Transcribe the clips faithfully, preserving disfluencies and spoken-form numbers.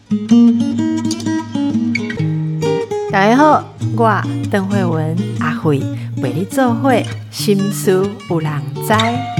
大家好，我邓惠文阿惠陪你做伙，心事有人知。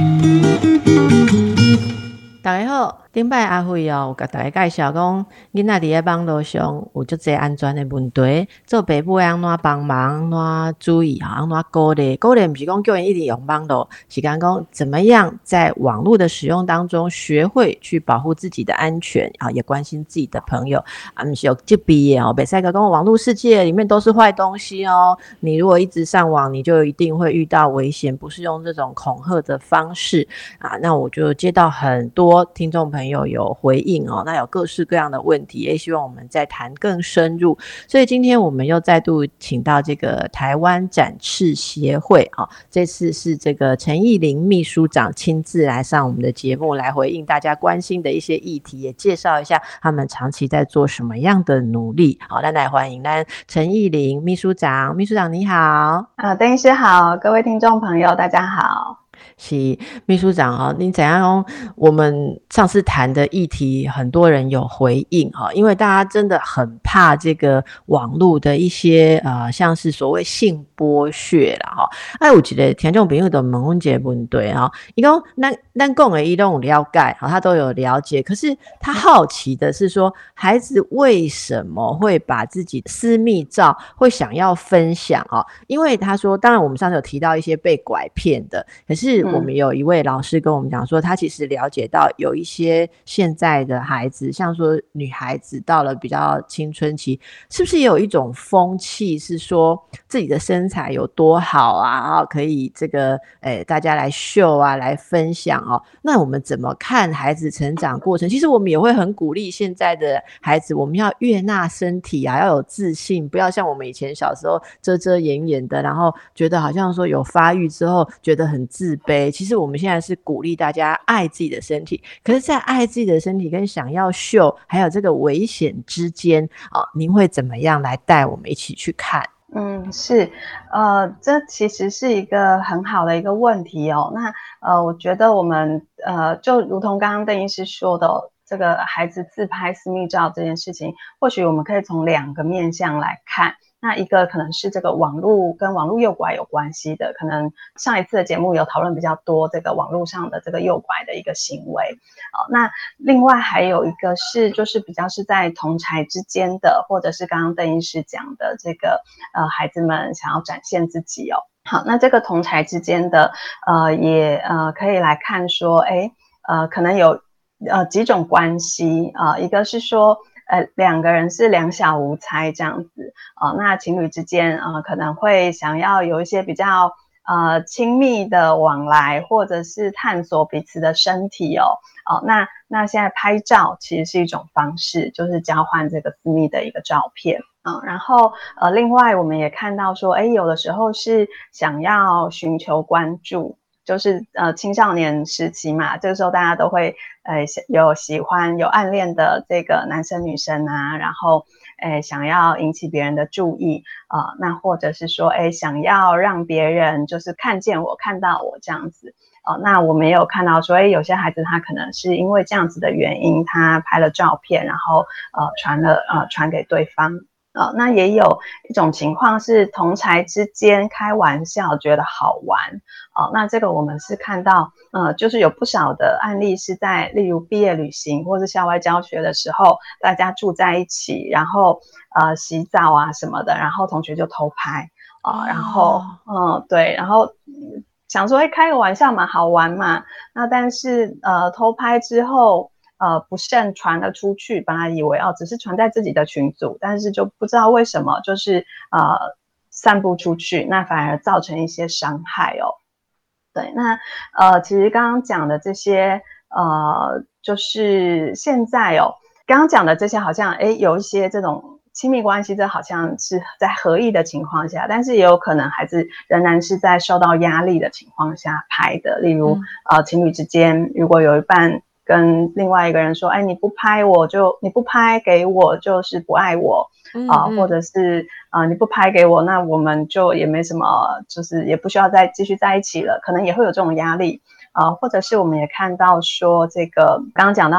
大家好，顶摆阿惠哦，有甲大家介绍讲，囡仔伫咧网络上有足侪安全的问题，做爸母安怎帮忙，安怎注意，安怎鼓励。鼓励不是讲叫人一直用网络，是讲讲怎么样在网络的使用当中，学会去保护自己的安全啊，也关心自己的朋友啊，不是有这毕业哦，别再讲网络世界里面都是坏东西哦。你如果一直上网，你就一定会遇到危险，不是用这种恐吓的方式啊。那我就接到很多听众朋友有回应哦，那有各式各样的问题，也希望我们再谈更深入。所以今天我们又再度请到这个台湾展翅协会啊，这次是这个陈义玲秘书长亲自来上我们的节目，来回应大家关心的一些议题，也介绍一下他们长期在做什么样的努力。好，那来欢迎咱陈义玲秘书长，秘书长你好。 啊，邓医师好，各位听众朋友大家好。 是秘书长哦，你怎样？我们上次谈的议题，很多人有回应哈，因为大家真的很怕这个网络的一些呃，像是所谓性剥削啦哈。哎，有一个听众朋友就问我一个问题哈，伊讲咱咱讲的他都有了解哈，他都有了解，可是他好奇的是说，孩子为什么会把自己私密照会想要分享哦？因为他说，当然我们上次有提到一些被拐骗的，可是我们有一位老师跟我们讲说，他其实了解到有一些现在的孩子，像说女孩子到了比较青春期，是不是也有一种风气是说自己的身材有多好啊，然后可以这个诶大家来秀啊，来分享哦。那我们怎么看孩子成长过程？其实我们也会很鼓励现在的孩子，我们要悦纳身体啊，要有自信，不要像我们以前小时候遮遮掩掩的，然后觉得好像说有发育之后觉得很自卑。其实我们现在是鼓励大家爱自己的身体，可是在爱自己的身体跟想要秀还有这个危险之间、哦、您会怎么样来带我们一起去看？ 嗯，是，呃，这其实是一个很好的一个问题哦。那呃，我觉得我们呃，就如同刚刚邓医师说的，这个孩子自拍私密照这件事情，或许我们可以从两个面向来看。那一个可能是这个网络跟网络诱拐有关系的，可能上一次的节目有讨论比较多这个网络上的这个诱拐的一个行为。哦，那另外还有一个是就是比较是在同侪之间的，或者是刚刚邓医师讲的这个呃孩子们想要展现自己哦。好，那这个同侪之间的呃也呃可以来看说，诶呃可能有呃几种关系啊、呃，一个是说呃，两个人是两小无猜这样子啊、呃，那情侣之间啊、呃，可能会想要有一些比较呃亲密的往来，或者是探索彼此的身体哦。哦、呃，那那现在拍照其实是一种方式，就是交换这个私密的一个照片啊、呃。然后呃，另外我们也看到说，哎，有的时候是想要寻求关注。就是呃青少年时期嘛，这个时候大家都会呃有喜欢有暗恋的这个男生女生啊，然后诶想要引起别人的注意啊、呃，那或者是说诶想要让别人就是看见我看到我这样子哦、呃，那我们也有看到说诶有些孩子他可能是因为这样子的原因，他拍了照片，然后呃传了呃传给对方。呃，那也有一种情况是同侪之间开玩笑觉得好玩哦，那这个我们是看到呃，就是有不少的案例是在例如毕业旅行或是校外教学的时候，大家住在一起，然后呃洗澡啊什么的，然后同学就偷拍啊、呃，然后嗯、呃、对，然后想说哎开个玩笑嘛，好玩嘛，那但是呃偷拍之后。呃，不慎传了出去，本来以为哦，只是传在自己的群组，但是就不知道为什么，就是呃散布出去，那反而造成一些伤害哦。对，那呃，其实刚刚讲的这些呃，就是现在哦，刚刚讲的这些好像诶有一些这种亲密关系，这好像是在合意的情况下，但是也有可能孩子仍然是在受到压力的情况下拍的，例如、嗯、呃情侣之间如果有一半。跟另外一个人说，哎，你不拍我就你不拍给我就是不爱我啊、呃，或者是呃你不拍给我，那我们就也没什么，就是也不需要再继续在一起了，可能也会有这种压力啊、呃，或者是我们也看到说这个刚刚讲到。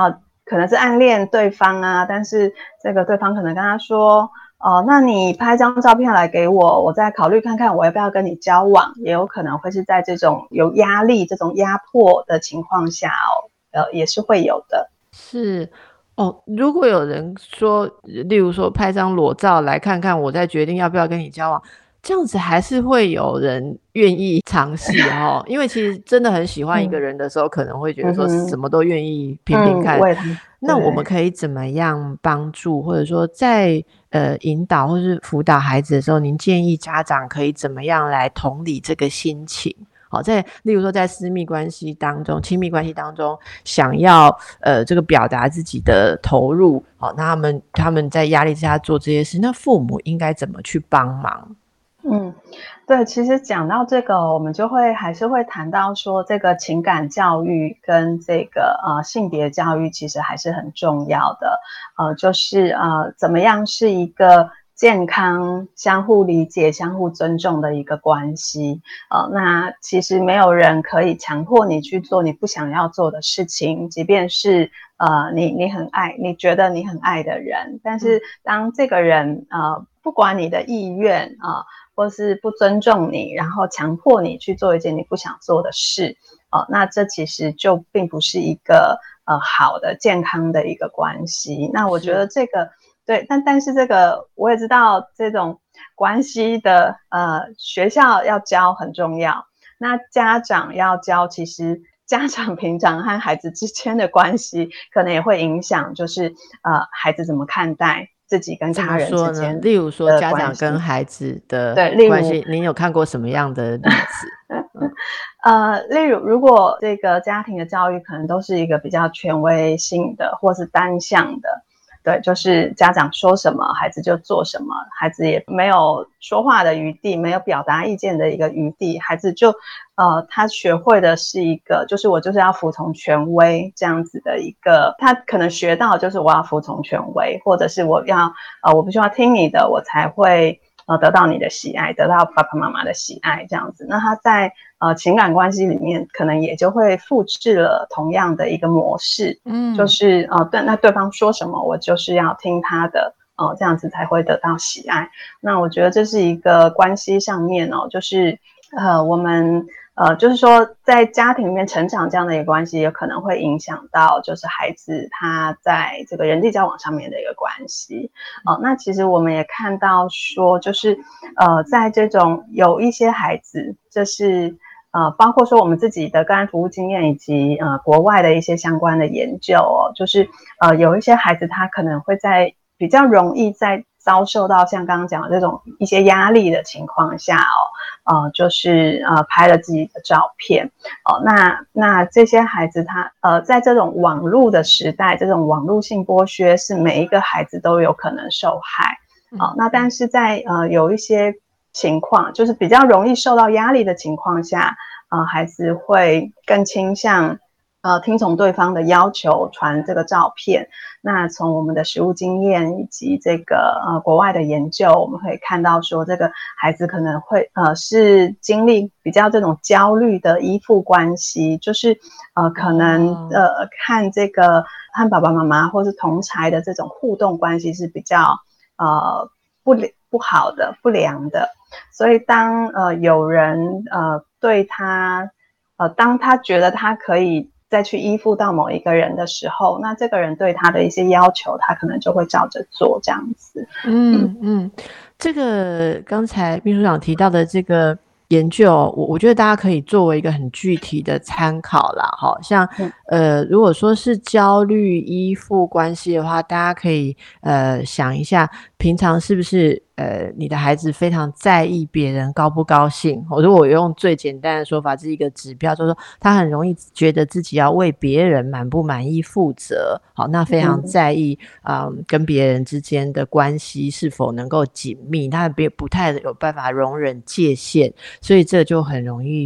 可能是暗恋对方啊，但是这个对方可能跟他说，哦，那你拍张照片来给我，我再考虑看看我要不要跟你交往，也有可能会是在这种有压力、这种压迫的情况下哦，呃，也是会有的。 是哦，如果有人说，例如说拍张裸照来看看，我再决定要不要跟你交往，这样子还是会有人愿意尝试哦。因为其实真的很喜欢一个嗯人的时候，可能会觉得嗯说什哼， 么都愿意拼拼嗯， 看。 为他， 那我们对。 可以怎么样帮助，或者说在呃引导或是辅导孩子的时候，您建议家长可以怎么样来同理这个心情？好，在例如说在私密关系当中、亲密关系当中，想要呃这个表达自己的投入，好，那他们他们在压力之下做这些事，那父母应该怎么去帮忙？ 嗯，对，其实讲到这个，我们就会还是会谈到说，这个情感教育跟这个呃性别教育其实还是很重要的。呃，就是呃怎么样是一个健康、相互理解、相互尊重的一个关系。呃，那其实没有人可以强迫你去做你不想要做的事情，即便是呃你你很爱，你觉得你很爱的人，但是当这个人呃不管你的意愿啊。呃或是不尊重你，然后强迫你去做一件你不想做的事，呃、那这其实就并不是一个呃好的健康的一个关系。那我觉得这个对，但但是这个我也知道这种关系的呃学校要教很重要，那家长要教，其实家长平常和孩子之间的关系可能也会影响，就是呃孩子怎么看待自己跟怎么他人之说呢？ 间例如说的家长关系。 跟孩子的对，例如关系，您有看过什么样的例子？嗯呃，例如，如果这个家庭的教育可能都是一个比较权威性的，或是单向的，对，就是家长说什么，孩子就做什么，孩子也没有说话的余地，没有表达意见的一个余地，孩子就呃，他学会的是一个，就是我就是要服从权威这样子的一个，他可能学到就是我要服从权威，或者是我要呃，我必须要听你的，我才会。呃，得到你的喜爱，得到爸爸妈妈的喜爱，这样子，那他在呃情感关系里面，可能也就会复制了同样的一个模式，就嗯。 是呃，对，那对方说什么，我就是要听他的，呃，这样子才会得到喜爱。那我觉得这是一个关系上面哦，就是呃，我们。呃，就是说，在家庭里面成长这样的一个关系，有可能会影响到就是孩子他在这个人际交往上面的一个关系。哦、呃，那其实我们也看到说，就是呃，在这种有一些孩子，就是呃，包括说我们自己的个案服务经验，以及呃国外的一些相关的研究哦，就是呃有一些孩子他可能会在比较容易在遭受到像刚刚讲的这种一些压力的情况下哦。呃，就是呃拍了自己的照片，哦，那那这些孩子他呃在这种网络的时代，这种网络性剥削是每一个孩子都有可能受害，哦，那但是在呃有一些情况，就是比较容易受到压力的情况下，呃，孩子会更倾向。呃，听从对方的要求传这个照片。那从我们的实务经验以及这个呃国外的研究，我们可以看到说，这个孩子可能会呃是经历比较这种焦虑的依附关系，就是呃可能呃看这个和爸爸妈妈或是同侪的这种互动关系是比较呃不不好的、不良的。所以当呃有人呃对他呃当他觉得他可以。再去依附到某一个人的时候，那这个人对他的一些要求，他可能就会照着做这样子。 嗯嗯，这个刚才秘书长提到的这个研究，我我觉得大家可以作为一个很具体的参考啦。好像呃，如果说是焦虑依附关系的话，大家可以呃想一下，平常是不是呃你的孩子非常在意别人高不高兴？我如果我用最简单的说法，这是一个指标，就是说他很容易觉得自己要为别人满不满意负责。好，那非常在意啊、呃、跟别人之间的关系是否能够紧密，他别不太有办法容忍界限，所以这就很容易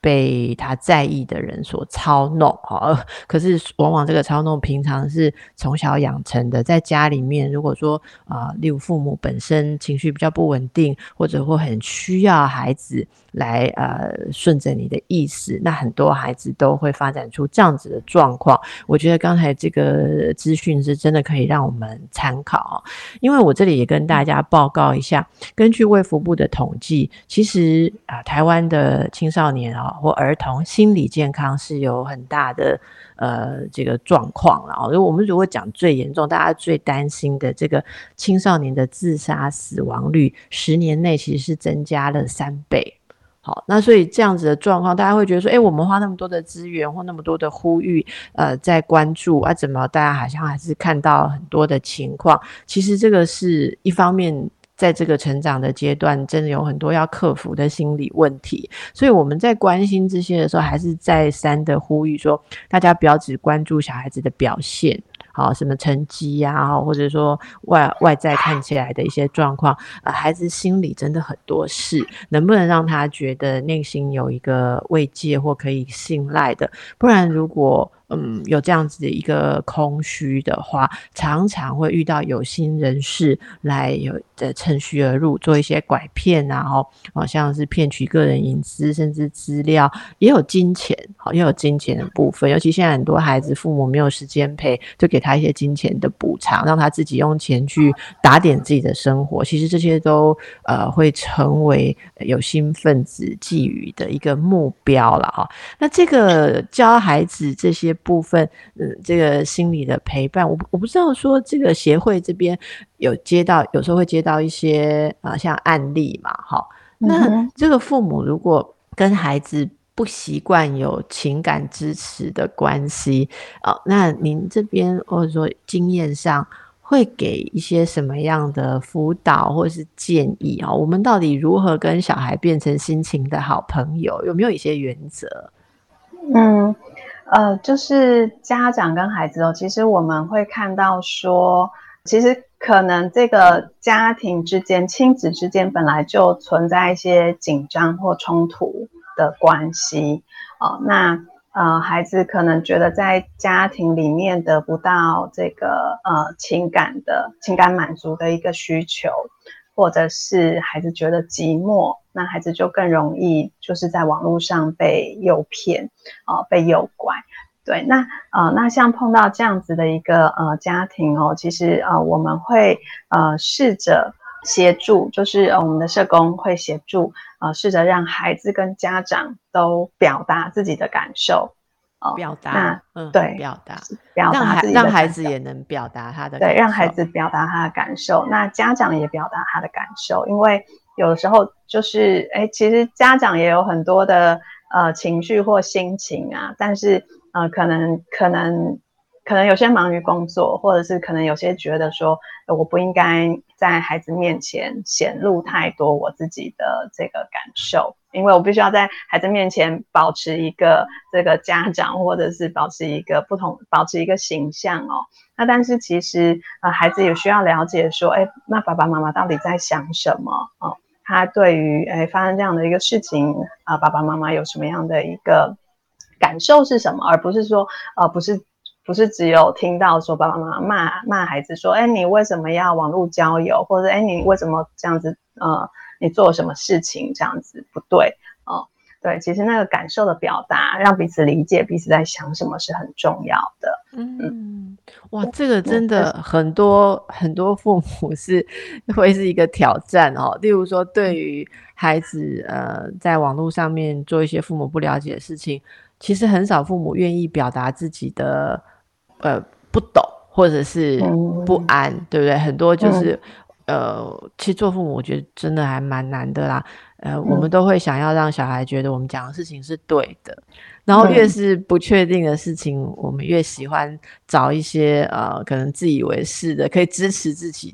被他在意的人所操弄齁，可是往往这个操弄平常是从小养成的，在家里面如果说呃，例如父母本身情绪比较不稳定，或者会很需要孩子来呃顺着你的意思，那很多孩子都会发展出这样子的状况。我觉得刚才这个资讯是真的可以让我们参考，因为我这里也跟大家报告一下，根据卫福部的统计，其实啊、呃，台湾的青少年啊、哦、或儿童心理健康是有很大的呃这个状况啦。我们如果讲最严重，大家最担心的这个青少年的自杀死亡率，十年内其实是增加了三倍。好，那所以这样子的状况，大家会觉得说，诶，我们花那么多的资源或那么多的呼吁，呃，在关注啊，怎么大家好像还是看到很多的情况？其实这个是一方面，在这个成长的阶段，真的有很多要克服的心理问题。所以我们在关心这些的时候，还是再三的呼吁说，大家不要只关注小孩子的表现。好，什么成绩啊，或者说外外在看起来的一些状况，呃，孩子心里真的很多事，能不能让他觉得内心有一个慰藉或可以信赖的？不然如果嗯有这样子的一个空虚的话，常常会遇到有心人士来有的趁虚而入，做一些拐骗啊，哦，好像是骗取个人隐私，甚至资料，也有金钱，好，也有金钱的部分。尤其现在很多孩子父母没有时间陪，就给他一些金钱的补偿，让他自己用钱去打点自己的生活。其实这些都呃会成为有心分子觊觎的一个目标了哈。那这个教孩子这些部分，嗯，这个心理的陪伴，我我不知道说这个协会这边有接到，有时候会接到一些呃像案例嘛，哈。那这个父母如果跟孩子不习惯有情感支持的关系，哦，那您这边或者说经验上会给一些什么样的辅导或是建议啊？我们到底如何跟小孩变成心情的好朋友？有没有一些原则？ 嗯，呃，就是家长跟孩子哦，其实我们会看到说，其实可能这个家庭之间、亲子之间本来就存在一些紧张或冲突的关系，哦，那呃，孩子可能觉得在家庭里面得不到这个呃情感的情感满足的一个需求，或者是孩子觉得寂寞，那孩子就更容易就是在网络上被诱骗，呃，被诱拐。对，那呃，那像碰到这样子的一个呃家庭哦，其实呃我们会呃试着协助，就是呃我们的社工会协助呃试着让孩子跟家长都表达自己的感受， 哦，表达， 那嗯， 对， 表达， 表达自己的让孩子也能表达他的感受， 对，让孩子表达他的感受，那家长也表达他的感受，因为有的时候就是，哎，其实家长也有很多的呃情绪或心情啊，但是呃，可能可能可能有些忙于工作，或者是可能有些觉得说，我不应该在孩子面前显露太多我自己的这个感受，因为我必须要在孩子面前保持一个这个家长，或者是保持一个不同，保持一个形象哦。那但是其实呃，孩子也需要了解说，哎，那爸爸妈妈到底在想什么哦？他对于哎发生这样的一个事情啊、呃，爸爸妈妈有什么样的一个感受是什么，而不是说呃不是不是只有听到说爸爸妈妈骂骂孩子说，哎，你为什么要网络交友，或者哎你为什么这样子呃你做了什么事情这样子不对哦、呃。对，其实那个感受的表达，让彼此理解彼此在想什么是很重要的。 嗯，嗯哇，这个真的很多很多父母是会是一个挑战哦。例如说，对于孩子呃在网络上面做一些父母不了解的事情，其实很少父母愿意表达自己的呃不懂或者是不安，嗯、对不对？很多就是。嗯呃，其实做父母我觉得真的还蛮难的啦。呃，我们都会想要让小孩觉得我们讲的事情是对的，然后越是不确定的事情，我们越喜欢找一些呃可能自以为是的可以支持自己的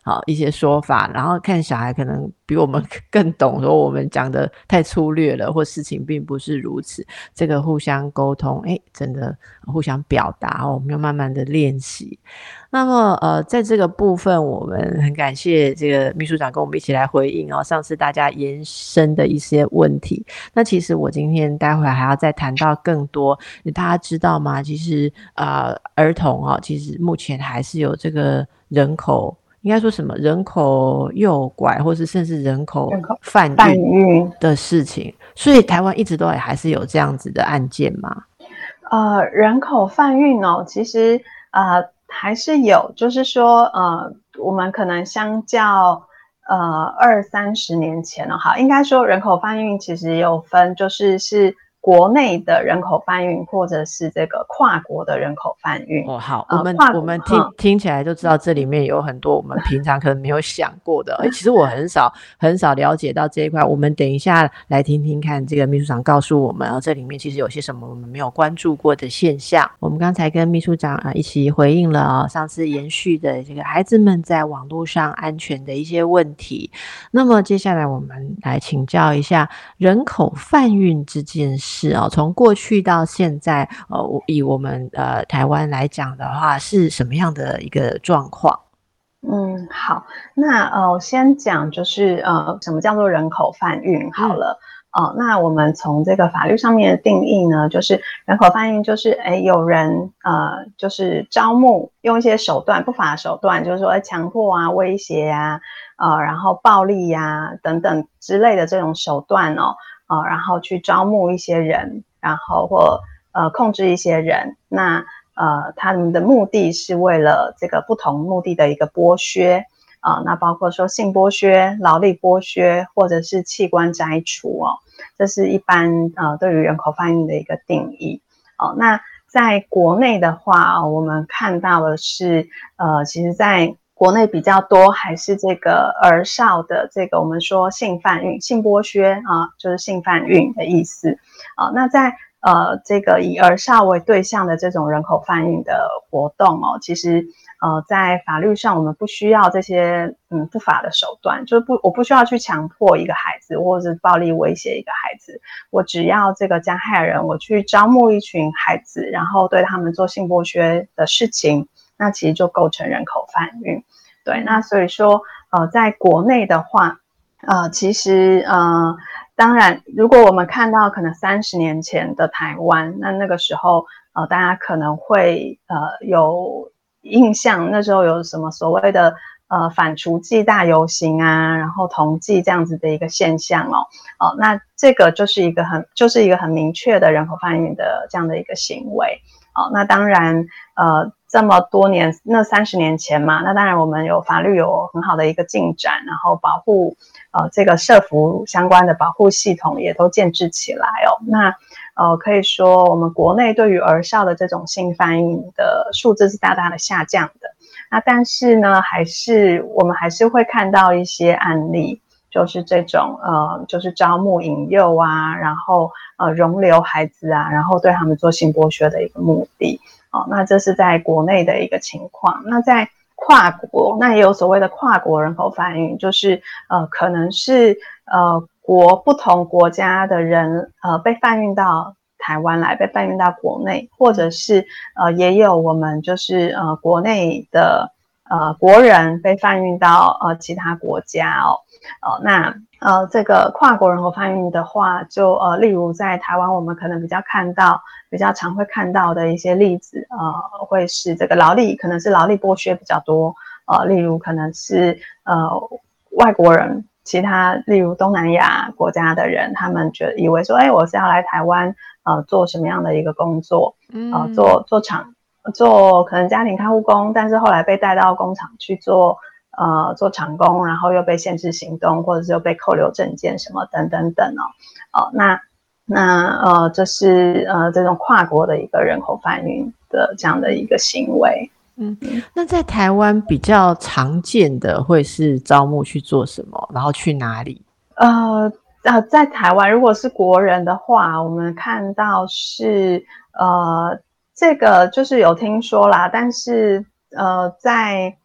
好一些说法，然后看小孩可能比我们更懂，说我们讲的太粗略了，或事情并不是如此。这个互相沟通，哎，真的互相表达哦，我们要慢慢的练习。那么呃，在这个部分，我们很感谢这个秘书长跟我们一起来回应哦，上次大家延伸的一些问题。那其实我今天待会还要再谈到更多，大家知道吗？其实呃，儿童哦，其实目前还是有这个人口。应该说什么人口诱拐，或是甚至人口贩运的事情，所以台湾一直都还是有这样子的案件吗？ 呃，人口贩运哦，其实呃还是有，就是说呃，我们可能相较呃二三十年前了哈，应该说人口贩运其实也有分，就是是国内的人口贩运，或者是这个跨国的人口贩运。 哦，好， 呃、 我们跨我们听听起来就知道这里面有很多我们平常可能没有想过的。哎，其实我很少很少了解到这一块。我们等一下来听听看，这个秘书长告诉我们啊，这里面其实有些什么我们没有关注过的现象。我们刚才跟秘书长啊一起回应了啊，上次延续的这个孩子们在网络上安全的一些问题。那么接下来我们来请教一下人口贩运这件事啊，从过去到现在，呃，以我们呃台湾来讲的话，是什么样的一个状况？ 嗯，好，那呃，我先讲就是呃，什么叫做人口贩运好了。嗯、呃，那我们从这个法律上面的定义呢，就是人口贩运就是哎，有人呃，就是招募用一些手段，不法手段，就是说强迫啊、威胁啊、呃，然后暴力呀、啊、等等之类的这种手段哦，呃，然后去招募一些人，然后或呃控制一些人，那。呃，他们的目的是为了这个不同目的的一个剥削啊、呃，那包括说性剥削、劳力剥削，或者是器官摘除哦，这是一般呃对于人口贩运的一个定义哦。那在国内的话，我们看到的是呃，其实在国内比较多还是这个儿少的这个我们说性贩运、性剥削啊、呃，就是性贩运的意思啊、呃。那在呃，这个以儿少为对象的这种人口贩运的活动哦，其实呃，在法律上我们不需要这些嗯不法的手段，就是不我不需要去强迫一个孩子，或者是暴力威胁一个孩子，我只要这个加害人我去招募一群孩子，然后对他们做性剥削的事情，那其实就构成人口贩运。对，那所以说呃，在国内的话，呃，其实呃。当然，如果我们看到可能三十年前的台湾，那那个时候，呃，大家可能会呃有印象，那时候有什么所谓的呃反雏妓大游行啊，然后同妓这样子的一个现象哦，哦、呃，那这个就是一个很就是一个很明确的人口贩运的这样的一个行为哦、呃。那当然，呃，这么多年，那三十年前嘛，那当然我们有法律有很好的一个进展，然后保护。呃，这个社福相关的保护系统也都建制起来哦。那呃，可以说我们国内对于儿少的这种性贩运的数字是大大的下降的。那但是呢，还是我们还是会看到一些案例，就是这种呃，就是招募引诱啊，然后呃容留孩子啊，然后对他们做性剥削的一个目的。哦，那这是在国内的一个情况。那在跨国，那也有所谓的跨国人口贩运，就是呃，可能是呃国不同国家的人呃被贩运到台湾来，被贩运到国内，或者是呃也有我们就是呃国内的呃国人被贩运到呃其他国家哦，呃那。呃，这个跨国人口贩运的话，就呃，例如在台湾，我们可能比较看到、比较常会看到的一些例子，呃，会是这个劳力，可能是劳力剥削比较多，呃，例如可能是呃外国人，其他例如东南亚国家的人，他们觉得以为说，哎，我是要来台湾，呃，做什么样的一个工作，呃，做做厂，做可能家庭看护工，但是后来被带到工厂去做。呃，做厂工，然后又被限制行动，或者是又被扣留证件什么等等等哦，哦，那那呃，这是呃这种跨国的一个人口贩运的这样的一个行为。 嗯，那在台湾比较常见的会是招募去做什么，然后去哪里？ 呃呃，在台湾如果是国人的话，我们看到是呃这个就是有听说啦，但是呃在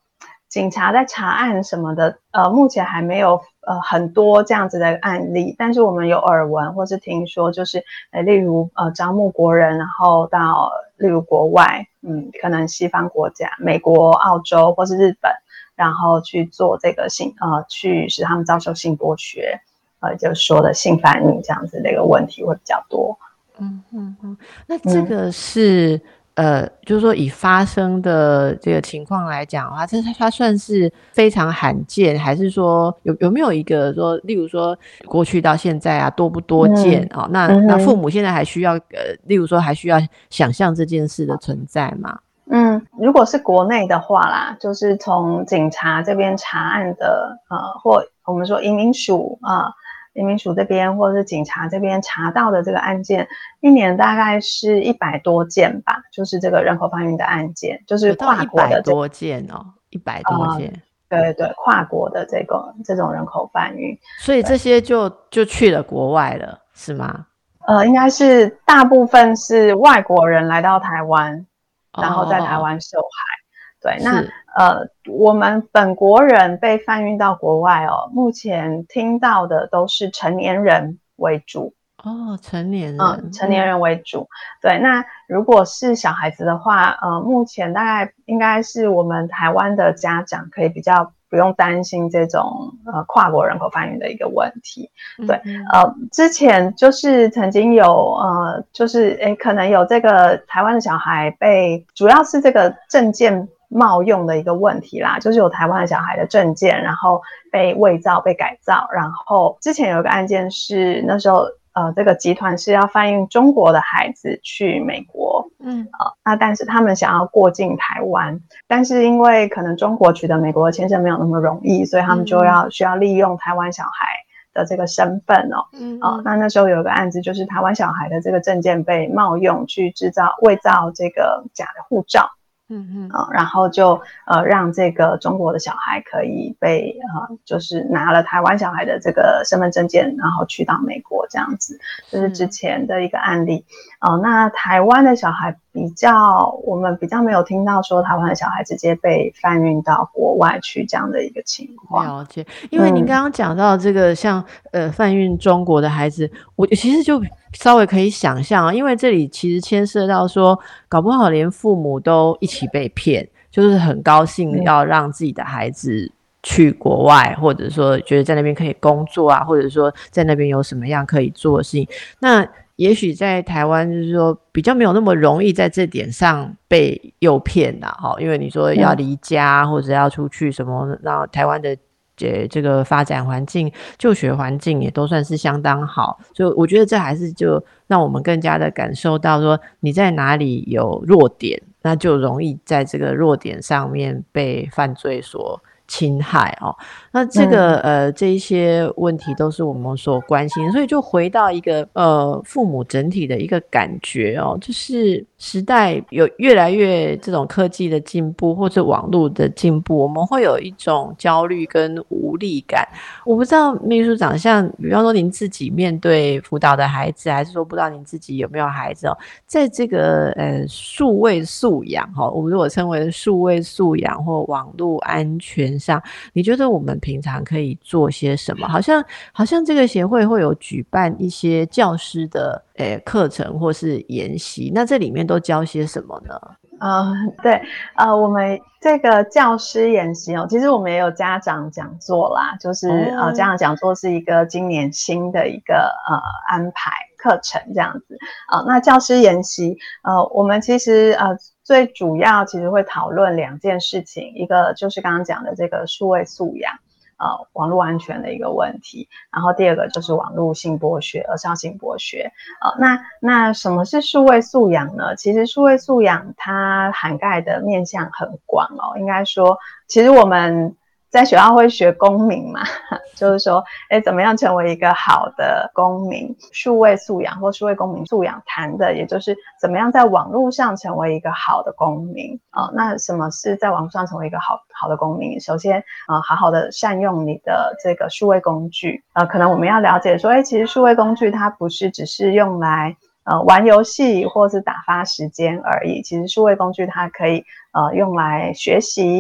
警察在查案什么的，呃，目前还没有呃很多这样子的案例，但是我们有耳闻或是听说，就是呃，例如呃招募国人，然后到例如国外，嗯，可能西方国家，美国、澳洲或是日本，然后去做这个性呃，去使他们遭受性剥削，呃，就是说的性贩运这样子的一个问题会比较多。 嗯嗯嗯，那这个是、嗯、呃，就是说以发生的这个情况来讲的话，这它算是非常罕见，还是说有有没有一个说，例如说过去到现在啊，多不多见啊、嗯哦？那、嗯、那父母现在还需要呃，例如说还需要想象这件事的存在吗？ 嗯，如果是国内的话啦，就是从警察这边查案的，呃，或我们说移民署啊。呃移民署这边或者是警察这边查到的这个案件，一年大概是一百多件吧，就是这个人口贩运的案件，就是跨国的、 这个、一百多件哦，一百多件、 呃，对对，跨国的这个这种人口贩运， 所以这些就就去了国外了，是吗？ 呃，应该是大部分是外国人来到台湾，然后在台湾受害。哦对，那呃，我们本国人被贩运到国外哦，目前听到的都是成年人为主。 哦，成年人， 嗯，成年人为主。对，那如果是小孩子的话，呃，目前大概应该是我们台湾的家长可以比较不用担心这种呃跨国人口贩运的一个问题。对，嗯、呃，之前就是曾经有呃，就是诶，可能有这个台湾的小孩被，主要是这个证件冒用的一个问题啦，就是有台湾的小孩的证件，然后被伪造、被改造，然后之前有一个案件是那时候。呃，这个集团是要贩运中国的孩子去美国，嗯，呃，那但是他们想要过境台湾，但是因为可能中国取得美国的签证没有那么容易，所以他们就要、嗯、需要利用台湾小孩的这个身份哦，嗯，呃，那那时候有一个案子，就是台湾小孩的这个证件被冒用去制造伪造这个假的护照。嗯嗯、呃，然后就呃让这个中国的小孩可以被呃就是拿了台湾小孩的这个身份证件，然后去到美国这样子，这是之前的一个案例。呃，那台湾的小孩比较，我们比较没有听到说台湾的小孩直接被贩运到国外去这样的一个情况。 了解，因为您刚刚讲到这个像、嗯、呃贩运中国的孩子，我其实就稍微可以想象啊，因为这里其实牵涉到说，搞不好连父母都一起被骗，就是很高兴要让自己的孩子去国外，嗯、或者说觉得在那边可以工作啊，或者说在那边有什么样可以做的事情，那也许在台湾就是说比较没有那么容易在这点上被诱骗啦，因为你说要离家、嗯、或者要出去什么，然后台湾的这个发展环境、就学环境也都算是相当好，所以我觉得这还是就让我们更加的感受到说你在哪里有弱点，那就容易在这个弱点上面被犯罪所侵害哦。那这个、嗯、呃这一些问题都是我们所关心的，所以就回到一个呃父母整体的一个感觉哦，就是时代有越来越这种科技的进步或者网络的进步，我们会有一种焦虑跟无力感。我不知道秘书长，像比方说您自己面对辅导的孩子，还是说不知道您自己有没有孩子哦，在这个呃数位素养哈、哦，我们如果称为数位素养或网络安全上，你觉得我们平常可以做些什么？好像好像这个协会会有举办一些教师的诶课程或是研习，那这里面都教些什么呢？ 呃，对，呃，我们这个教师研习哦，其实我们也有家长讲座啦，就是、哦、呃，家长讲座是一个今年新的一个呃安排课程这样子。呃，那教师研习，呃，我们其实呃最主要其实会讨论两件事情，一个就是刚刚讲的这个数位素养。呃，网络安全的一个问题，然后第二个就是网络性剥削、儿少性剥削。呃，那那什么是数位素养呢？其实数位素养它涵盖的面向很广哦，应该说，其实我们在学校会学公民嘛，就是说，哎，怎么样成为一个好的公民？数位素养或数位公民素养谈的，也就是怎么样在网络上成为一个好的公民啊、呃？那什么是在网络上成为一个好好的公民？首先，呃，好好的善用你的这个数位工具。呃，可能我们要了解说，哎，其实数位工具它不是只是用来呃玩游戏或是打发时间而已，其实数位工具它可以呃用来学习。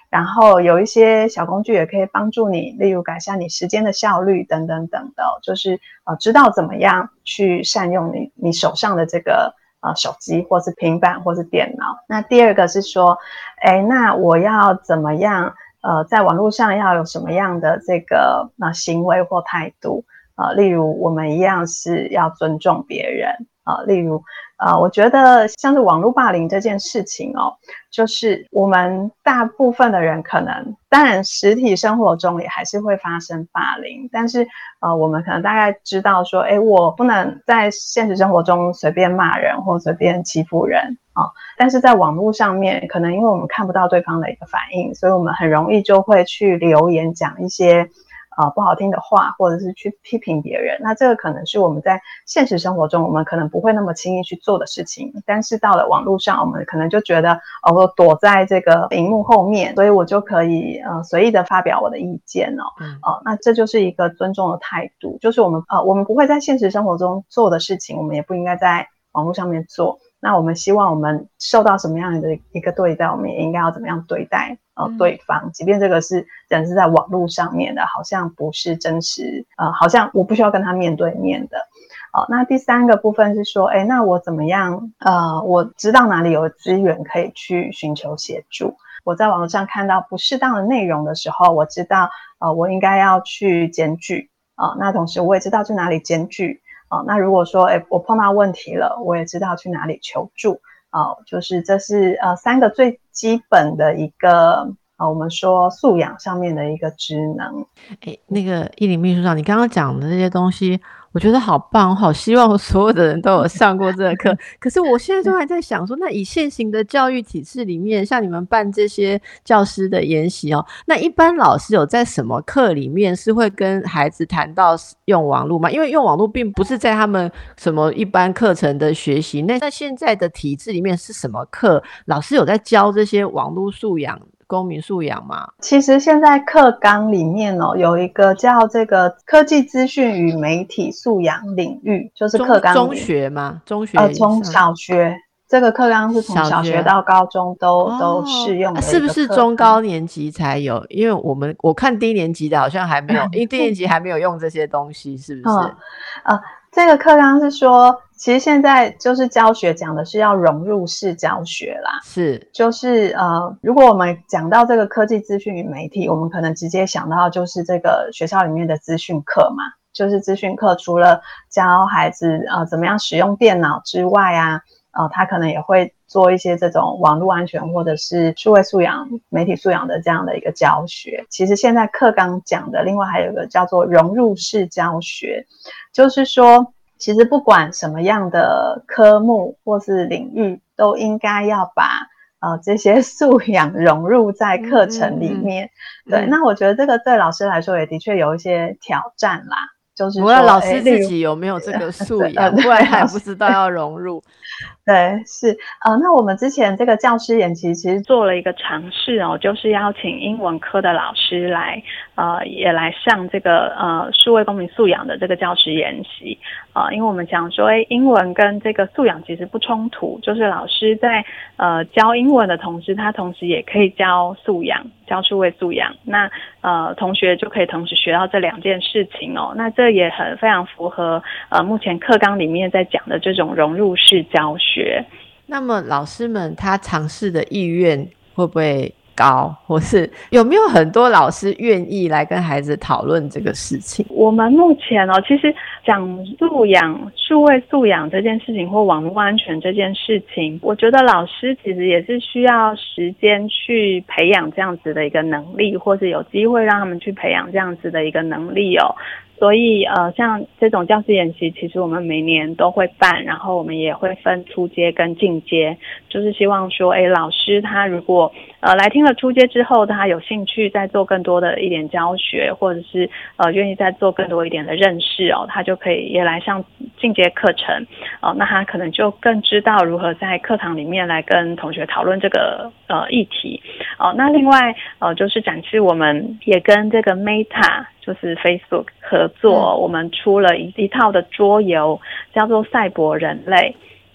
然后有一些小工具也可以帮助你，例如改善你时间的效率等等等的，就是呃知道怎么样去善用你你手上的这个呃手机或是平板或是电脑。那第二个是说，哎，那我要怎么样呃在网络上要有什么样的这个呃行为或态度？呃，例如我们一样是要尊重别人。呃，例如，呃，我觉得像是网络霸凌这件事情哦，就是我们大部分的人可能，当然实体生活中也还是会发生霸凌，但是呃，我们可能大概知道说，哎，我不能在现实生活中随便骂人或随便欺负人啊、哦，但是在网络上面，可能因为我们看不到对方的一个反应，所以我们很容易就会去留言讲一些呃，不好听的话，或者是去批评别人，那这个可能是我们在现实生活中我们可能不会那么轻易去做的事情，但是到了网络上，我们可能就觉得，哦，我躲在这个荧幕后面，所以我就可以呃随意的发表我的意见哦，嗯、呃，那这就是一个尊重的态度，就是我们呃我们不会在现实生活中做的事情，我们也不应该在网络上面做。那我们希望我们受到什么样的一个对待，我们也应该要怎么样对待呃对方，即便这个是人是在网络上面的，好像不是真实，呃，好像我不需要跟他面对面的。哦，那第三个部分是说，哎，那我怎么样？呃，我知道哪里有资源可以去寻求协助。我在网络上看到不适当的内容的时候，我知道，呃，我应该要去检举啊、呃。那同时我也知道去哪里检举。哦，那如果说，哎，我碰到问题了，我也知道去哪里求助。哦，就是这是呃三个最基本的一个呃我们说素养上面的一个职能。 哎，那个依林秘书长，你刚刚讲的这些东西，我觉得好棒，我好希望所有的人都有上过这个课。可是我现在都还在想说，那以现行的教育体制里面，像你们办这些教师的研习哦，那一般老师有在什么课里面是会跟孩子谈到用网络吗？因为用网络并不是在他们什么一般课程的学习，那在现在的体制里面是什么课？老师有在教这些网络素养、公民素养吗？ 其实现在课纲里面哦，有一个叫这个科技资讯与媒体素养领域，就是课纲里中学吗？中学呃，从小学这个课纲是从小学到高中都、哦、都适用的一个课纲、啊、 是不是中高年级才有？因为我们我看低年级的好像还没有，因为低年级还没有用这些东西，是不是？嗯呃，这个课纲是说，其实现在就是教学讲的是要融入式教学啦， 是， 就是呃，如果我们讲到这个科技资讯与媒体，我们可能直接想到就是这个学校里面的资讯课嘛，就是资讯课除了教孩子呃怎么样使用电脑之外啊，呃，他可能也会做一些这种网络安全或者是数位素养、媒体素养的这样的一个教学。其实现在课纲讲的，另外还有一个叫做融入式教学，就是说，其实不管什么样的科目或是领域，都应该要把呃这些素养融入在课程里面。嗯嗯嗯对，那我觉得这个对老师来说也的确有一些挑战啦。就是说， 老师自己有没有这个素养，不然还不知道要融入。 对，是呃，那我们之前这个教师研习其实做了一个尝试哦，就是邀请英文科的老师来，呃，也来上这个呃数位公民素养的这个教师研习啊、呃，因为我们讲说，哎，英文跟这个素养其实不冲突，就是老师在呃教英文的同时，他同时也可以教素养，教数位素养，那呃同学就可以同时学到这两件事情哦，那这也很非常符合呃目前课纲里面在讲的这种融入式教学。 那么老师们他尝试的意愿会不会高，或是有没有很多老师愿意来跟孩子讨论这个事情？ 我们目前哦，其实讲素养、数位素养这件事情或网络安全这件事情，我觉得老师其实也是需要时间去培养这样子的一个能力，或是有机会让他们去培养这样子的一个能力哦。所以呃，像这种教师研习，其实我们每年都会办，然后我们也会分初阶跟进阶，就是希望说，哎，老师他如果呃来听了初阶之后，他有兴趣再做更多的一点教学，或者是呃愿意再做更多一点的认识哦，他就可以也来上进阶课程哦，那他可能就更知道如何在课堂里面来跟同学讨论这个呃议题哦。那另外呃就是展示我们也跟这个 Meta。就是 Facebook 合作、嗯、我们出了一一套的桌游叫做赛博人类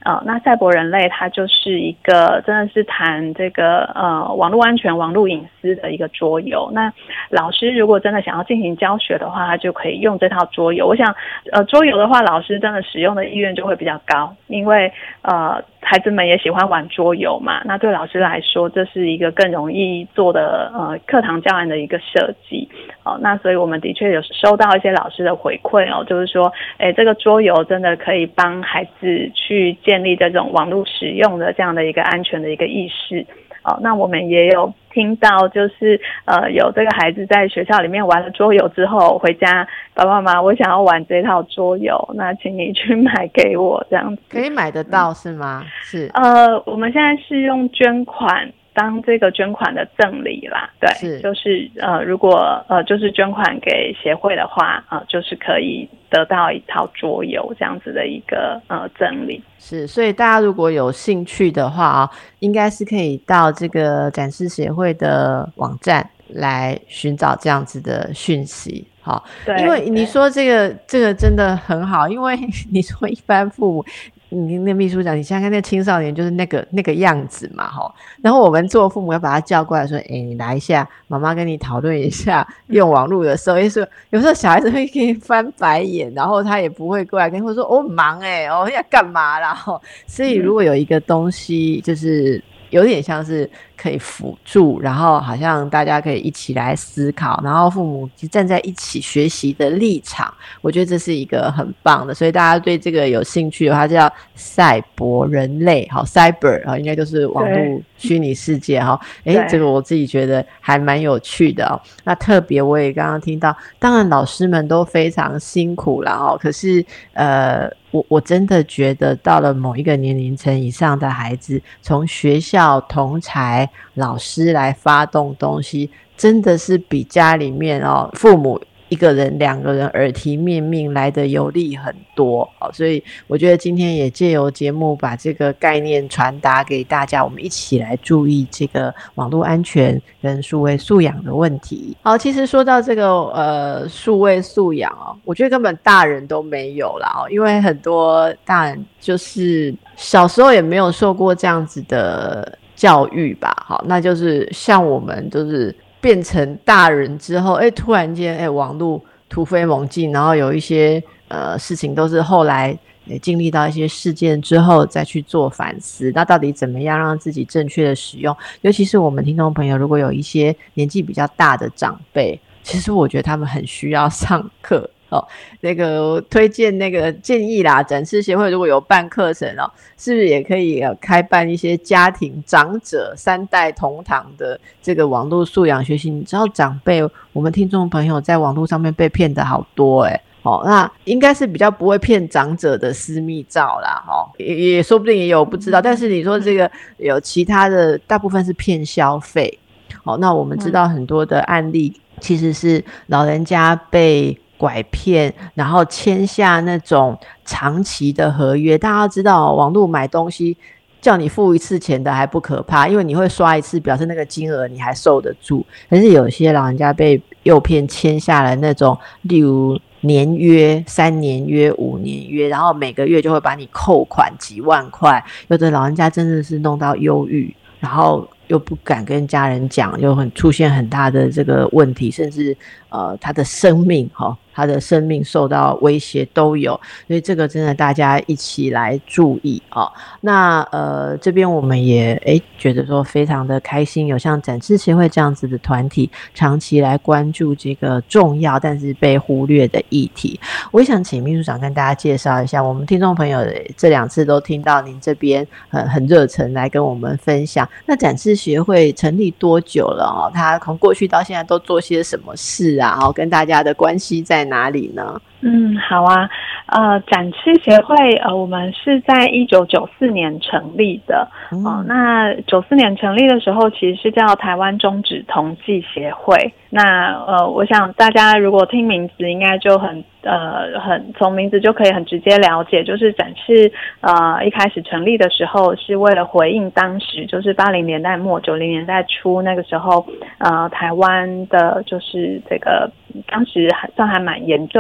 呃，那赛博人类它就是一个真的是谈这个呃网络安全、网络隐私的一个桌游。那老师如果真的想要进行教学的话，他就可以用这套桌游。我想，呃，桌游的话，老师真的使用的意愿就会比较高，因为呃孩子们也喜欢玩桌游嘛。那对老师来说，这是一个更容易做的呃课堂教案的一个设计。哦，那所以我们的确有收到一些老师的回馈哦，就是说，哎，这个桌游真的可以帮孩子去建立这种网络使用的这样的一个安全的一个意识。哦，那我们也有听到，就是呃，有这个孩子在学校里面玩了桌游之后，回家，爸爸妈妈，我想要玩这套桌游，那请你去买给我，这样子。 可以买得到是吗？是。 呃，我们现在是用捐款当这个捐款的赠礼啦，对，是就是呃，如果呃就是捐款给协会的话，呃，就是可以得到一套桌游这样子的一个呃赠礼。 是，所以大家如果有兴趣的话啊，应该是可以到这个展示协会的网站来寻找这样子的讯息。好，因为你说这个这个真的很好，因为你说一般父母。你那秘书长，你想想看，那青少年就是那个那个样子嘛，吼。然后我们做父母要把他叫过来说，哎、欸，你来一下，妈妈跟你讨论一下用网络的时候，有时候有时候小孩子会给你翻白眼，然后他也不会过来跟我说，哦，忙哎、欸，哦要干嘛啦？吼。所以如果有一个东西，就是有点像是可以辅助，然后好像大家可以一起来思考，然后父母站在一起学习的立场，我觉得这是一个很棒的。所以大家对这个有兴趣的话，叫赛博人类，好 ，cyber 应该就是网络虚拟世界哈。哎，这个我自己觉得还蛮有趣的哦。那特别我也刚刚听到，当然老师们都非常辛苦啦哦，可是呃。我我真的觉得到了某一个年龄层以上的孩子，从学校同侪老师来发动东西，真的是比家里面哦父母一个人两个人耳提面命来的有利很多。好，所以我觉得今天也借由节目把这个概念传达给大家，我们一起来注意这个网络安全跟数位素养的问题。好，其实说到这个呃数位素养哦，我觉得根本大人都没有啦哦，因为很多大人就是小时候也没有受过这样子的教育吧。好，那就是像我们就是变成大人之后，哎，突然间，哎，网络突飞猛进，然后有一些呃事情都是后来也经历到一些事件之后再去做反思，那到底怎么样让自己正确的使用？尤其是我们听众朋友，如果有一些年纪比较大的长辈，其实我觉得他们很需要上课。哦，那个推荐那个建议啦，展示协会如果有办课程哦，是不是也可以、呃、开办一些家庭长者三代同堂的这个网络素养学习？你知道长辈，我们听众朋友在网络上面被骗的好多诶、欸哦，那应该是比较不会骗长者的私密照啦，哦，也也说不定也有不知道，但是你说这个有其他的，大部分是骗消费。哦，那我们知道很多的案例，其实是老人家被拐骗，然后签下那种长期的合约。大家知道、哦、网络买东西叫你付一次钱的还不可怕，因为你会刷一次，表示那个金额你还受得住。可是有些老人家被诱骗签下了那种，例如年约、三年约、五年约，然后每个月就会把你扣款几万块。有的老人家真的是弄到忧郁，然后又不敢跟家人讲，又很出现很大的这个问题，甚至呃他的生命哈、哦，他的生命受到威胁都有，所以这个真的大家一起来注意啊、哦。那呃这边我们也诶觉得说非常的开心，有像展示协会这样子的团体，长期来关注这个重要但是被忽略的议题。我也想请秘书长跟大家介绍一下，我们听众朋友这两次都听到您这边很很热忱来跟我们分享。那展示协会成立多久了哦？他从过去到现在都做些什么事啊？哦，跟大家的关系在哪里呢？ 嗯，好啊，呃，展示协会，呃，我们是在一九九四年成立的，哦、呃，那九四年成立的时候，其实是叫台湾中止同济协会。那呃，我想大家如果听名字，应该就很呃很从名字就可以很直接了解，就是展示呃一开始成立的时候，是为了回应当时就是八零年代末九零年代初那个时候，呃，台湾的就是这个当时还算还蛮严重的这个。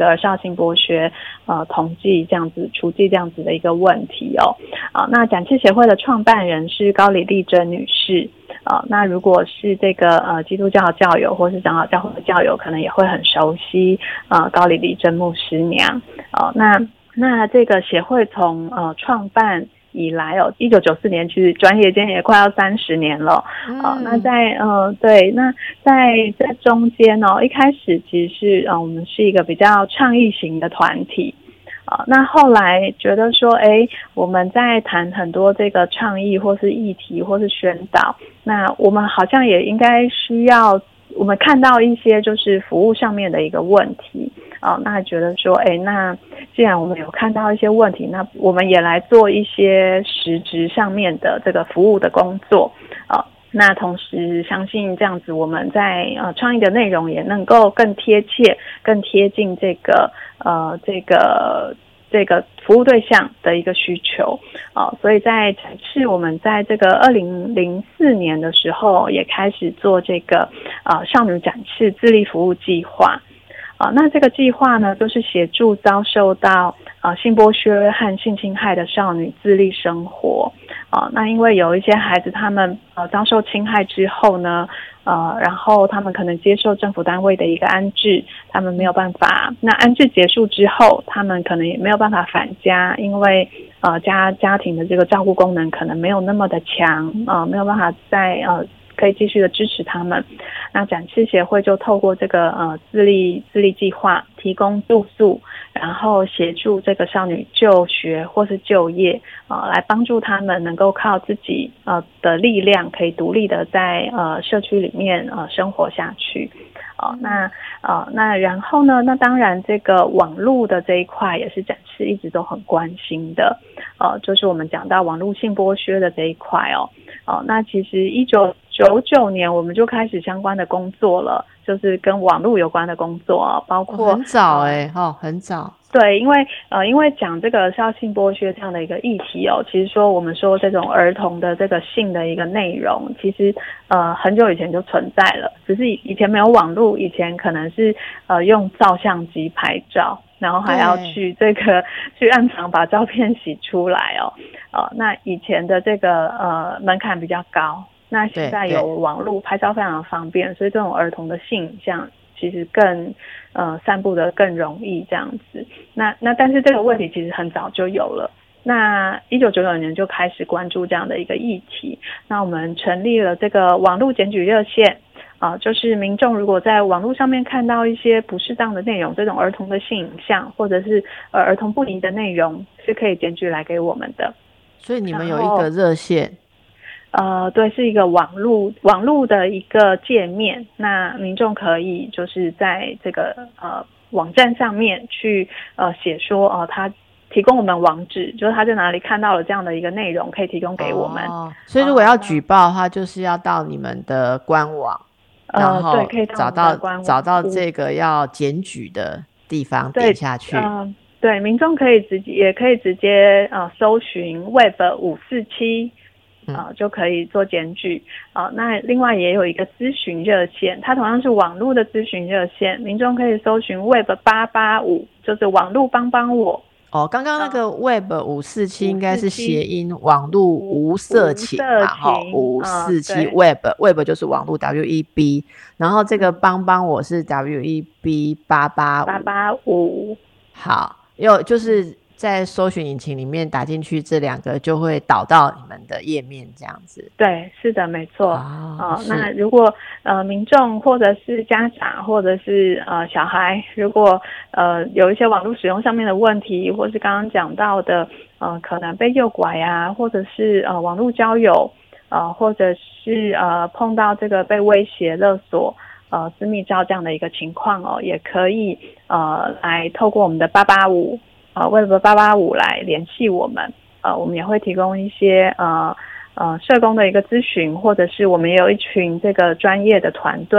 儿少性剥削呃统计这样子处计这样子的一个问题哦。啊，那展翅协会的创办人是高李丽珍女士。啊，那如果是这个呃基督教教友或是长老教会的教友，可能也会很熟悉呃高李丽珍牧师娘。啊，那那这个协会从呃创办以来哦，一九九四年，其实转眼间也快要三十年了。嗯、呃，那在呃对，那在在中间哦，一开始其实是呃我们是一个比较倡议型的团体。啊，那后来觉得说，哎，我们在谈很多这个倡议或是议题或是宣导，那我们好像也应该需要，我们看到一些就是服务上面的一个问题啊，那觉得说，哎，那既然我们有看到一些问题，那我们也来做一些实质上面的这个服务的工作啊。那同时相信这样子我们在呃倡议的内容也能够更贴切更贴近这个呃这个这个服务对象的一个需求啊、呃，所以在展翅我们在这个二零零四年的时候也开始做这个呃少女展翅自立服务计划啊、呃，那这个计划呢就是协助遭受到呃性剥削和性侵害的少女自立生活。啊、呃，那因为有一些孩子他们呃遭受侵害之后呢，呃，然后他们可能接受政府单位的一个安置，他们没有办法，那安置结束之后，他们可能也没有办法返家，因为呃家家庭的这个照顾功能可能没有那么的强，呃，没有办法再呃可以继续的支持他们。那展翅协会就透过这个呃自立自立计划，提供住宿，然后协助这个少女就学或是就业，呃，来帮助他们能够靠自己呃的力量，可以独立的在呃社区里面呃生活下去。哦，那呃那然后呢？那当然，这个网络的这一块也是展翅一直都很关心的。呃，就是我们讲到网络性剥削的这一块哦。哦，那其实一九九九年我们就开始相关的工作了，就是跟网络有关的工作啊，包括、 哦、很早哎、欸，哦，很早。 对，因为呃，因为讲这个少性剥削这样的一个议题哦，其实说我们说这种儿童的这个性的一个内容，其实呃很久以前就存在了，只是以前没有网络，以前可能是呃用照相机拍照，然后还要去这个去暗场把照片洗出来哦，呃，那以前的这个呃门槛比较高，那现在有网络拍照非常方便，所以这种儿童的性影像其实更呃散布的更容易这样子。那那但是这个问题其实很早就有了。那一九九九年就开始关注这样的一个议题。那我们成立了这个网络检举热线啊、呃，就是民众如果在网络上面看到一些不适当的内容，这种儿童的性影像或者是呃儿童不宜的内容，是可以检举来给我们的。 所以你们有一个热线。 呃，对，是一个网络网络的一个界面，那民众可以就是在这个呃网站上面去呃写说哦、呃，他提供我们网址，就是他在哪里看到了这样的一个内容，可以提供给我们。 哦，所以如果要举报的话，呃、就是要到你们的官网， 呃、 然后对，可以找到找到这个要检举的地方，点下去。 呃、对，民众可以直接也可以直接呃搜寻 Web 五四七。啊、呃，就可以做检举啊、呃。那另外也有一个咨询热线，它同样是网络的咨询热线，民众可以搜寻 Web 八八五，就是网络帮帮我。 哦，刚刚那个 Web 五四七应该是谐音，网络无色情嘛，哈，五四七 Web Web 就是网络 W E B， 然后这个帮帮我是 W E B 八八五八八五。 好，有就是。在搜寻引擎里面打进去，这两个就会导到你们的页面，这样子。 对，是的，没错。 哦， 呃、那如果呃民众或者是家长或者是呃小孩，如果呃有一些网络使用上面的问题，或是刚刚讲到的呃可能被诱拐啊，或者是呃网络交友，呃或者是呃碰到这个被威胁勒索。呃，私密照这样的一个情况哦，也可以呃来透过我们的八八五。呃 Web 八八五来联系我们，呃，我们也会提供一些呃呃社工的一个咨询，或者是我们也有一群这个专业的团队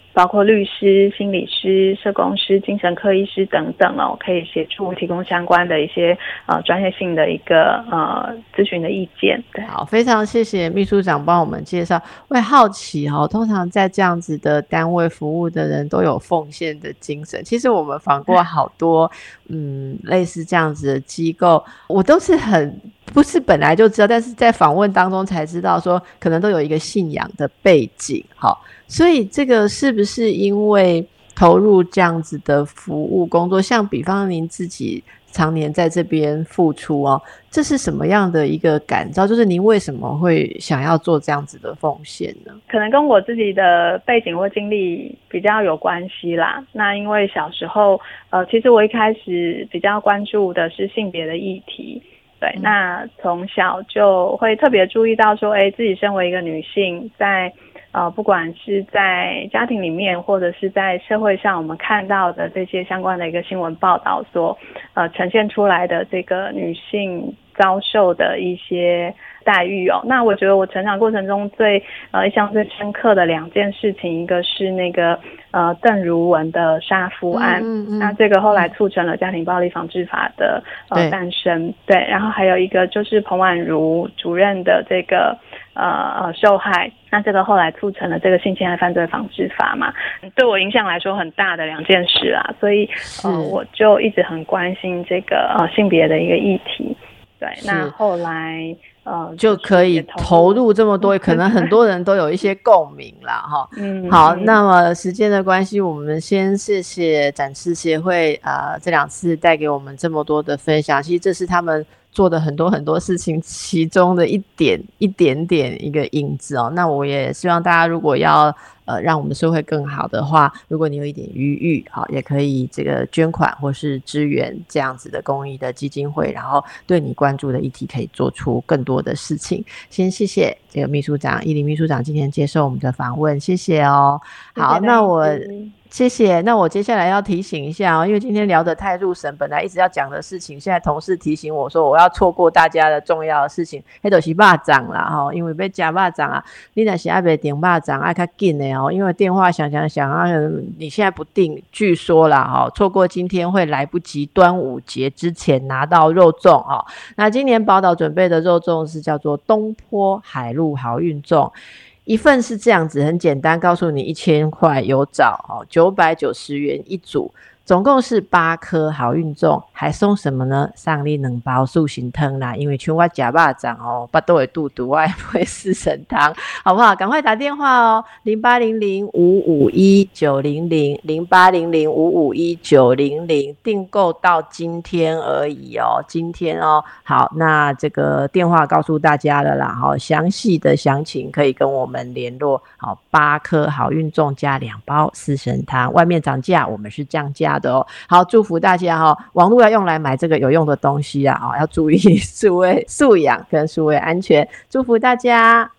包括律师、心理师、社工师、精神科医师等等哦，可以协助提供相关的一些呃专业性的一个呃咨询的意见。对， 好，非常谢谢秘书长帮我们介绍。我也好奇哦，通常在这样子的单位服务的人都有奉献的精神。其实我们访过好多嗯类似这样子的机构，我都是很不是本来就知道，但是在访问当中才知道说可能都有一个信仰的背景。好，所以这个是不是因为投入这样子的服务工作，像比方您自己常年在这边付出哦，这是什么样的一个感召？就是您为什么会想要做这样子的奉献呢？ 可能跟我自己的背景或经历比较有关系啦。那因为小时候，呃，其实我一开始比较关注的是性别的议题。对，嗯、那从小就会特别注意到说，哎，自己身为一个女性，在呃，不管是在家庭里面，或者是在社会上，我们看到的这些相关的一个新闻报道所呃呈现出来的这个女性遭受的一些待遇哦。那我觉得我成长过程中最呃印象最深刻的两件事情，一个是那个呃邓如雯的杀夫案，嗯嗯嗯，那这个后来促成了家庭暴力防治法的呃诞生，对，然后还有一个就是彭婉如主任的这个呃呃受害，那这个后来促成了这个性侵害犯罪防治法嘛，对我影响来说很大的两件事啦，所以呃我就一直很关心这个呃性别的一个议题。对，那后来呃就可以投入这么多，可能很多人都有一些共鸣啦哈。嗯，好，嗯，那么时间的关系，我们先谢谢展翅协会呃这两次带给我们这么多的分享，其实这是他们做的很多很多事情其中的一点一点点一个影子哦。那我也希望大家如果要呃让我们的社会更好的话，如果你有一点余裕，好，也可以这个捐款或是支援这样子的公益的基金会，然后对你关注的议题可以做出更多的事情。先谢谢这个秘书长依林秘书长今天接受我们的访问，谢谢哦。好，谢谢，那我谢谢。那我接下来要提醒一下哦，因为今天聊得太入神，本来一直要讲的事情，现在同事提醒我说我要错过大家的重要的事情，那就是肉粽啦哈，因为要吃肉粽啊，你若是还没订肉粽，要较紧的哦，因为电话响响响啊，你现在不订，据说啦哈，错过今天会来不及端午节之前拿到肉粽哦。那今年宝岛准备的肉粽是叫做东坡海陆好运粽。一份是这样子，很简单，告诉你一千块有找，九百九十元一组，总共是八颗好运粽，还送什么呢？送你两包素心汤啦，因为像我吃肉粽哦，巴肚会肚肚，我也会四神汤，好不好？赶快打电话哦，零八零零五五一九零零零八零零五五一九零零，订购到今天而已哦，今天哦，好，那这个电话告诉大家了啦，好，详细的详情可以跟我们联络。好，八颗好运粽加两包四神汤，外面涨价，我们是降价的哦。好，祝福大家哦，网络要用来买这个有用的东西啊，要注意数位素养跟数位安全，祝福大家。